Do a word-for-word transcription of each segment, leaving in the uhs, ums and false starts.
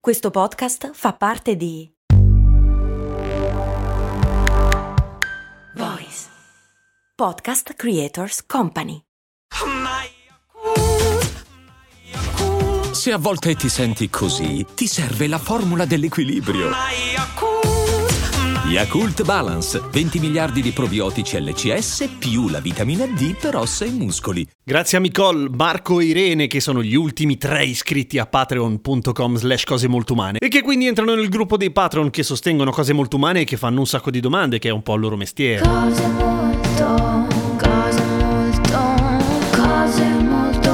Questo podcast fa parte di Voice Podcast Creators Company. Se a volte ti senti così, ti serve la formula dell'equilibrio. Yakult Balance, venti miliardi di probiotici L C S più la vitamina D per ossa e muscoli. Grazie a Nicole, Marco e Irene, che sono gli ultimi tre iscritti a patreon punto com slash cose molto umane e che quindi entrano nel gruppo dei Patreon che sostengono Cose Molto Umane e che fanno un sacco di domande, che è un po' il loro mestiere. Cose molto, cose molto, cose molto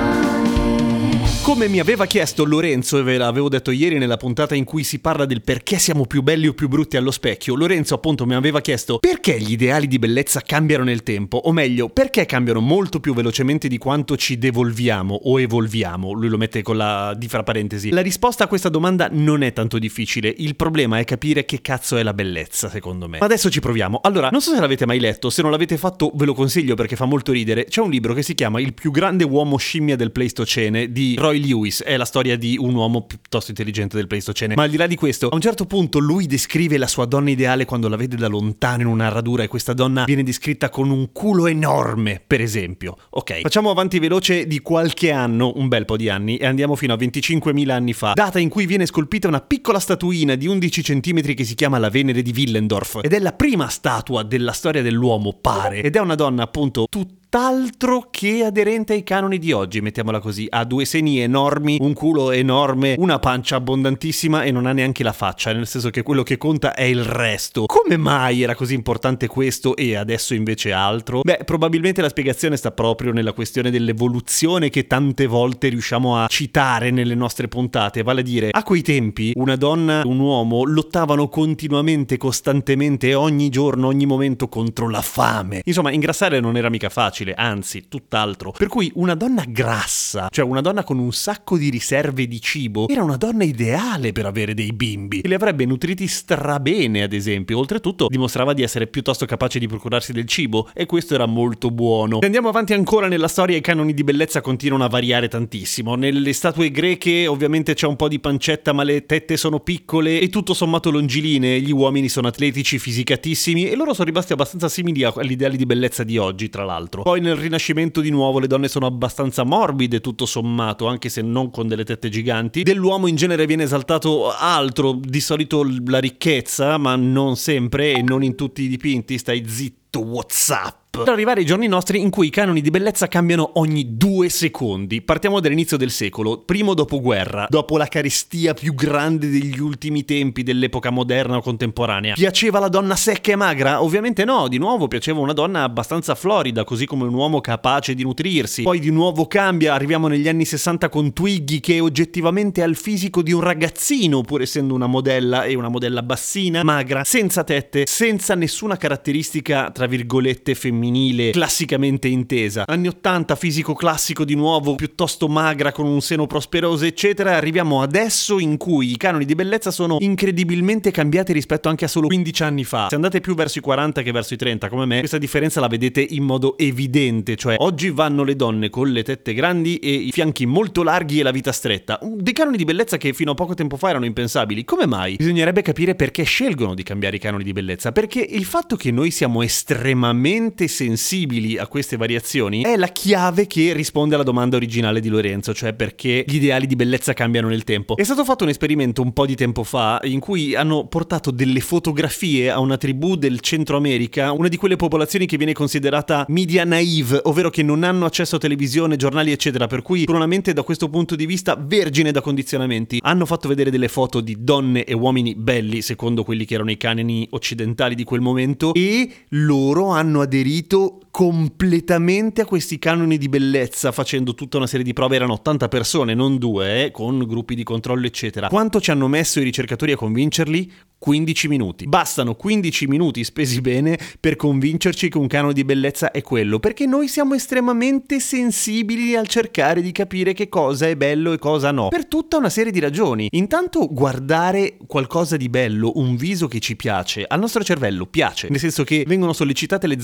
umane. Come mi aveva chiesto Lorenzo, e ve l'avevo detto ieri nella puntata in cui si parla del perché siamo più belli o più brutti allo specchio, Lorenzo appunto mi aveva chiesto perché gli ideali di bellezza cambiano nel tempo, o meglio, perché cambiano molto più velocemente di quanto ci devolviamo o evolviamo. Lui lo mette con la di fra parentesi. La risposta a questa domanda non è tanto difficile, il problema è capire che cazzo è la bellezza, secondo me. Ma adesso ci proviamo. Allora, non so se l'avete mai letto, se non l'avete fatto ve lo consiglio perché fa molto ridere. C'è un libro che si chiama Il più grande uomo scimmia del Pleistocene di Roy Lewis. È la storia di un uomo piuttosto intelligente del Pleistocene. Ma al di là di questo, a un certo punto lui descrive la sua donna ideale quando la vede da lontano in una radura, e questa donna viene descritta con un culo enorme, per esempio. Ok, facciamo avanti veloce di qualche anno, un bel po' di anni, e andiamo fino a venticinquemila anni fa, data in cui viene scolpita una piccola statuina di undici centimetri che si chiama la Venere di Willendorf, ed è la prima statua della storia dell'uomo, pare, ed è una donna appunto tutta altro che aderente ai canoni di oggi, mettiamola così. Ha due seni enormi, un culo enorme, una pancia abbondantissima e non ha neanche la faccia, nel senso che quello che conta è il resto. Come mai era così importante questo e adesso invece altro? Beh, probabilmente la spiegazione sta proprio nella questione dell'evoluzione che tante volte riusciamo a citare nelle nostre puntate, vale a dire, a quei tempi una donna e un uomo lottavano continuamente, costantemente, ogni giorno, ogni momento contro la fame. Insomma, ingrassare non era mica facile, anzi, tutt'altro. Per cui una donna grassa, cioè una donna con un sacco di riserve di cibo, era una donna ideale per avere dei bimbi, e li avrebbe nutriti strabene, ad esempio. Oltretutto dimostrava di essere piuttosto capace di procurarsi del cibo, e questo era molto buono. Se andiamo avanti ancora nella storia, i canoni di bellezza continuano a variare tantissimo. Nelle statue greche ovviamente c'è un po' di pancetta, ma le tette sono piccole e tutto sommato longilinee. Gli uomini sono atletici, fisicatissimi, e loro sono rimasti abbastanza simili agli ideali di bellezza di oggi, tra l'altro. Poi nel Rinascimento di nuovo le donne sono abbastanza morbide, tutto sommato, anche se non con delle tette giganti. Dell'uomo in genere viene esaltato altro, di solito la ricchezza, ma non sempre e non in tutti i dipinti. Stai zitto, WhatsApp. Per arrivare ai giorni nostri in cui i canoni di bellezza cambiano ogni due secondi. Partiamo dall'inizio del secolo, primo dopoguerra, dopo la carestia più grande degli ultimi tempi dell'epoca moderna o contemporanea. Piaceva la donna secca e magra? Ovviamente no, di nuovo piaceva una donna abbastanza florida, così come un uomo capace di nutrirsi. Poi di nuovo cambia, arriviamo negli anni sessanta con Twiggy, che oggettivamente ha il fisico di un ragazzino, pur essendo una modella, e una modella bassina, magra, senza tette, senza nessuna caratteristica tra virgolette femminile classicamente intesa. Anni ottanta, fisico classico di nuovo, piuttosto magra, con un seno prosperoso eccetera. Arriviamo adesso in cui i canoni di bellezza sono incredibilmente cambiati rispetto anche a solo quindici anni fa. Se andate più verso i quaranta che verso i trenta come me, questa differenza la vedete in modo evidente. Cioè, oggi vanno le donne con le tette grandi e i fianchi molto larghi e la vita stretta, dei canoni di bellezza che fino a poco tempo fa erano impensabili. Come mai? Bisognerebbe capire perché scelgono di cambiare i canoni di bellezza, perché il fatto che noi siamo estremamente sensibili a queste variazioni è la chiave che risponde alla domanda originale di Lorenzo, cioè perché gli ideali di bellezza cambiano nel tempo. È stato fatto un esperimento un po' di tempo fa in cui hanno portato delle fotografie a una tribù del Centro America, una di quelle popolazioni che viene considerata media naive, ovvero che non hanno accesso a televisione, giornali eccetera, per cui con una mente da questo punto di vista vergine da condizionamenti. Hanno fatto vedere delle foto di donne e uomini belli secondo quelli che erano i canoni occidentali di quel momento, e loro hanno aderito completamente a questi canoni di bellezza, facendo tutta una serie di prove. Erano ottanta persone, non due, eh, con gruppi di controllo eccetera. Quanto ci hanno messo i ricercatori a convincerli? quindici minuti. Bastano quindici minuti spesi bene per convincerci che un canone di bellezza è quello, perché noi siamo estremamente sensibili al cercare di capire che cosa è bello e cosa no, per tutta una serie di ragioni. Intanto, guardare qualcosa di bello, un viso che ci piace, al nostro cervello piace, nel senso che vengono sollecitate le zone del piacere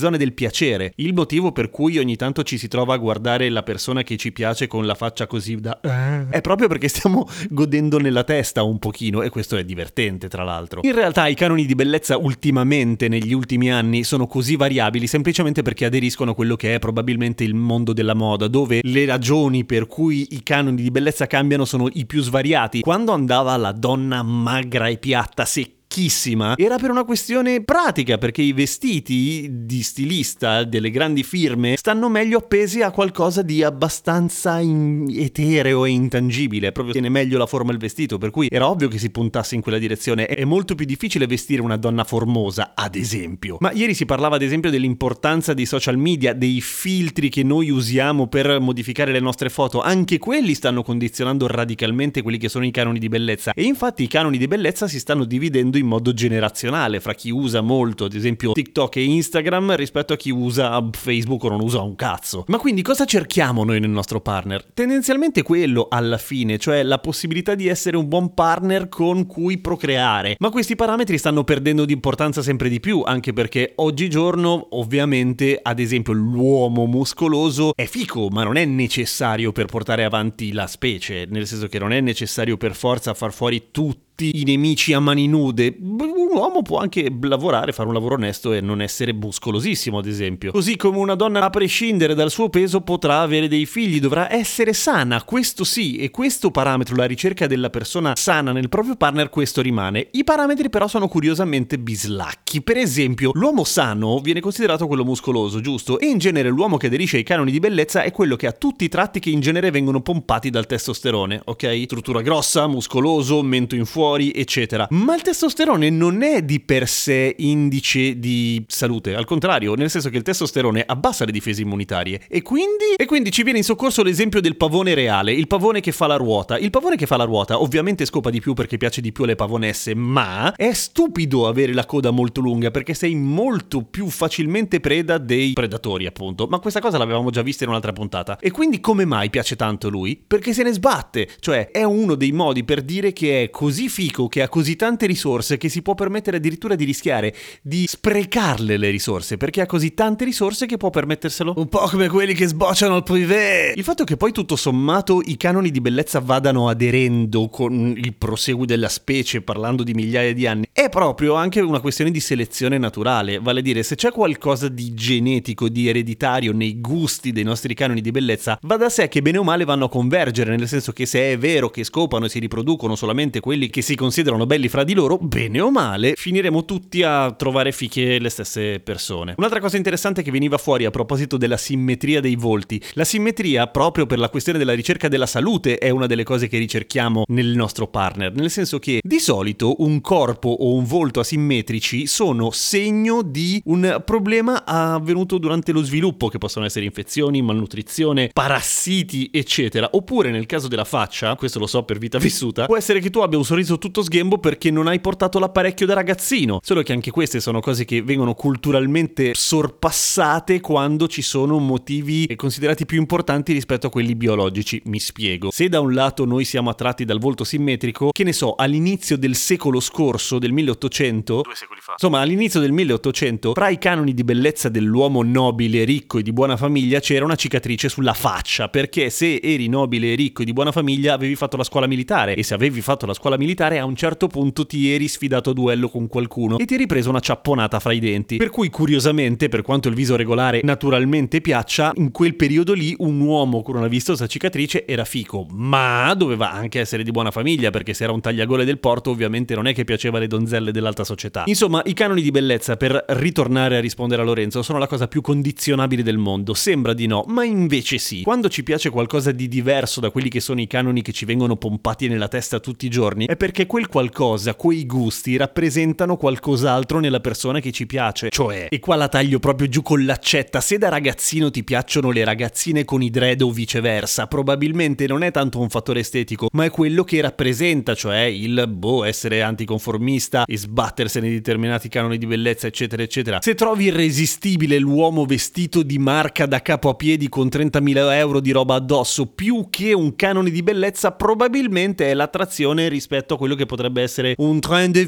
piacere. Il motivo per cui ogni tanto ci si trova a guardare la persona che ci piace con la faccia così da è proprio perché stiamo godendo nella testa un pochino, e questo è divertente tra l'altro. In realtà i canoni di bellezza ultimamente, negli ultimi anni, sono così variabili semplicemente perché aderiscono a quello che è probabilmente il mondo della moda, dove le ragioni per cui i canoni di bellezza cambiano sono i più svariati. Quando andava la donna magra e piatta, secca, era per una questione pratica, perché i vestiti di stilista delle grandi firme stanno meglio appesi a qualcosa di abbastanza in- etereo e intangibile, proprio tiene meglio la forma il vestito, per cui era ovvio che si puntasse in quella direzione. È molto più difficile vestire una donna formosa, ad esempio. Ma ieri si parlava ad esempio dell'importanza dei social media, dei filtri che noi usiamo per modificare le nostre foto. Anche quelli stanno condizionando radicalmente quelli che sono i canoni di bellezza, e infatti i canoni di bellezza si stanno dividendo in modo generazionale fra chi usa molto ad esempio TikTok e Instagram rispetto a chi usa Facebook o non usa un cazzo. Ma quindi cosa cerchiamo noi nel nostro partner? Tendenzialmente quello alla fine, cioè la possibilità di essere un buon partner con cui procreare. Ma questi parametri stanno perdendo di importanza sempre di più, anche perché oggigiorno ovviamente ad esempio l'uomo muscoloso è fico, ma non è necessario per portare avanti la specie, nel senso che non è necessario per forza far fuori tutti i nemici a mani nude. Un uomo può anche lavorare, fare un lavoro onesto e non essere muscolosissimo, ad esempio. Così come una donna, a prescindere dal suo peso, potrà avere dei figli, dovrà essere sana, questo sì, e questo parametro, la ricerca della persona sana nel proprio partner, questo rimane. I parametri però sono curiosamente bislacchi. Per esempio, l'uomo sano viene considerato quello muscoloso, giusto? E in genere l'uomo che aderisce ai canoni di bellezza è quello che ha tutti i tratti che in genere vengono pompati dal testosterone, ok? Struttura grossa, muscoloso, mento in fuori, eccetera. Ma il testosterone non è di per sé indice di salute, al contrario, nel senso che il testosterone abbassa le difese immunitarie e quindi e quindi ci viene in soccorso l'esempio del pavone reale, il pavone che fa la ruota. Il pavone che fa la ruota ovviamente scopa di più perché piace di più alle pavonesse, ma è stupido avere la coda molto lunga perché sei molto più facilmente preda dei predatori, appunto. Ma questa cosa l'avevamo già vista in un'altra puntata. E quindi come mai piace tanto lui? Perché se ne sbatte, cioè è uno dei modi per dire che è così fico, che ha così tante risorse, che si può permettere addirittura di rischiare di sprecarle le risorse, perché ha così tante risorse che può permetterselo. Un po' come quelli che sbocciano al privé. Il fatto che poi tutto sommato i canoni di bellezza vadano aderendo con il proseguo della specie, parlando di migliaia di anni, è proprio anche una questione di selezione naturale, vale a dire se c'è qualcosa di genetico, di ereditario nei gusti dei nostri canoni di bellezza, va da sé che bene o male vanno a convergere, nel senso che se è vero che scopano e si riproducono solamente quelli che si considerano belli fra di loro, bene o male finiremo tutti a trovare fiche le stesse persone. Un'altra cosa interessante che veniva fuori a proposito della simmetria dei volti, la simmetria proprio per la questione della ricerca della salute è una delle cose che ricerchiamo nel nostro partner, nel senso che di solito un corpo o un volto asimmetrici sono segno di un problema avvenuto durante lo sviluppo, che possono essere infezioni, malnutrizione, parassiti, eccetera. Oppure nel caso della faccia, questo lo so per vita vissuta, può essere che tu abbia un sorriso tutto sghembo perché non hai portato l'apparecchio da ragazzino. Solo che anche queste sono cose che vengono culturalmente sorpassate quando ci sono motivi considerati più importanti rispetto a quelli biologici. Mi spiego. Se da un lato noi siamo attratti dal volto simmetrico, che ne so, all'inizio del secolo scorso, del milleottocento, due secoli fa, insomma all'inizio del milleottocento, fra i canoni di bellezza dell'uomo nobile, ricco e di buona famiglia c'era una cicatrice sulla faccia, perché se eri nobile e ricco e di buona famiglia avevi fatto la scuola militare, e se avevi fatto la scuola militare a un certo punto ti eri sfidato a duello con qualcuno e ti eri preso una ciapponata fra i denti. Per cui curiosamente, per quanto il viso regolare naturalmente piaccia, in quel periodo lì un uomo con una vistosa cicatrice era fico, ma doveva anche essere di buona famiglia, perché se era un tagliagole del porto ovviamente non è che piaceva alle donzelle dell'alta società. Insomma, i canoni di bellezza, per ritornare a rispondere a Lorenzo, sono la cosa più condizionabile del mondo. Sembra di no, ma invece sì. Quando ci piace qualcosa di diverso da quelli che sono i canoni che ci vengono pompati nella testa tutti i giorni, è perché quel qualcosa, quei gusti rappresentano qualcos'altro nella persona che ci piace. Cioè, e qua la taglio proprio giù con l'accetta, se da ragazzino ti piacciono le ragazzine con i dread o viceversa, probabilmente non è tanto un fattore estetico, ma è quello che rappresenta, cioè il boh, essere anticonformista e sbattersene di determinati canoni di bellezza, eccetera eccetera. Se trovi irresistibile l'uomo vestito di marca da capo a piedi con trentamila euro di roba addosso più che un canone di bellezza, probabilmente è l'attrazione rispetto a quello che potrebbe essere un train de vie che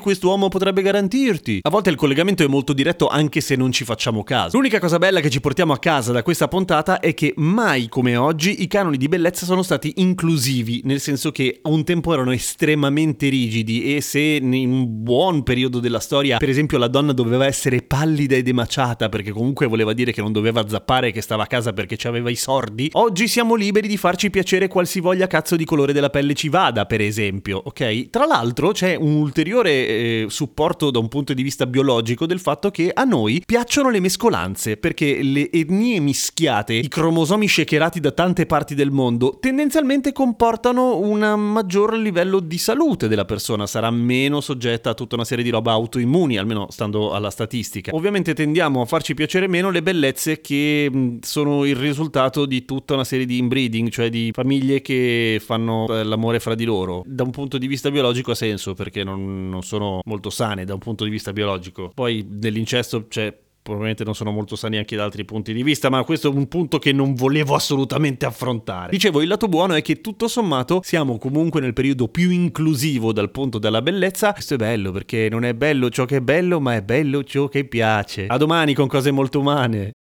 quest'uomo potrebbe garantirti. A volte il collegamento è molto diretto anche se non ci facciamo caso. L'unica cosa bella che ci portiamo a casa da questa puntata è che mai come oggi i canoni di bellezza sono stati inclusivi, nel senso che un tempo erano estremamente rigidi e se in un buon periodo della storia, per esempio, la donna doveva essere pallida ed emaciata perché comunque voleva dire che non doveva zappare e che stava a casa perché aveva i sordi, oggi siamo liberi di farci piacere qualsivoglia cazzo di colore della pelle ci vada, per esempio, ok? Tra l'altro c'è un ulteriore eh, supporto da un punto di vista biologico del fatto che a noi piacciono le mescolanze, perché le etnie mischiate, i cromosomi shakerati da tante parti del mondo, tendenzialmente comportano un maggior livello di salute della persona, sarà meno soggetta a tutta una serie di roba autoimmuni, almeno stando alla statistica. Ovviamente tendiamo a farci piacere meno le bellezze che mh, sono il risultato di tutta una serie di inbreeding, cioè di famiglie che fanno eh, l'amore fra di loro. Da un punto di vista biologico ha senso, perché non, non sono molto sane da un punto di vista biologico. Poi nell'incesto c'è probabilmente non sono molto sani anche da altri punti di vista, ma questo è un punto che non volevo assolutamente affrontare. Dicevo, il lato buono è che tutto sommato siamo comunque nel periodo più inclusivo dal punto della bellezza. Questo è bello, perché non è bello ciò che è bello, ma è bello ciò che piace. A domani con cose molto umane.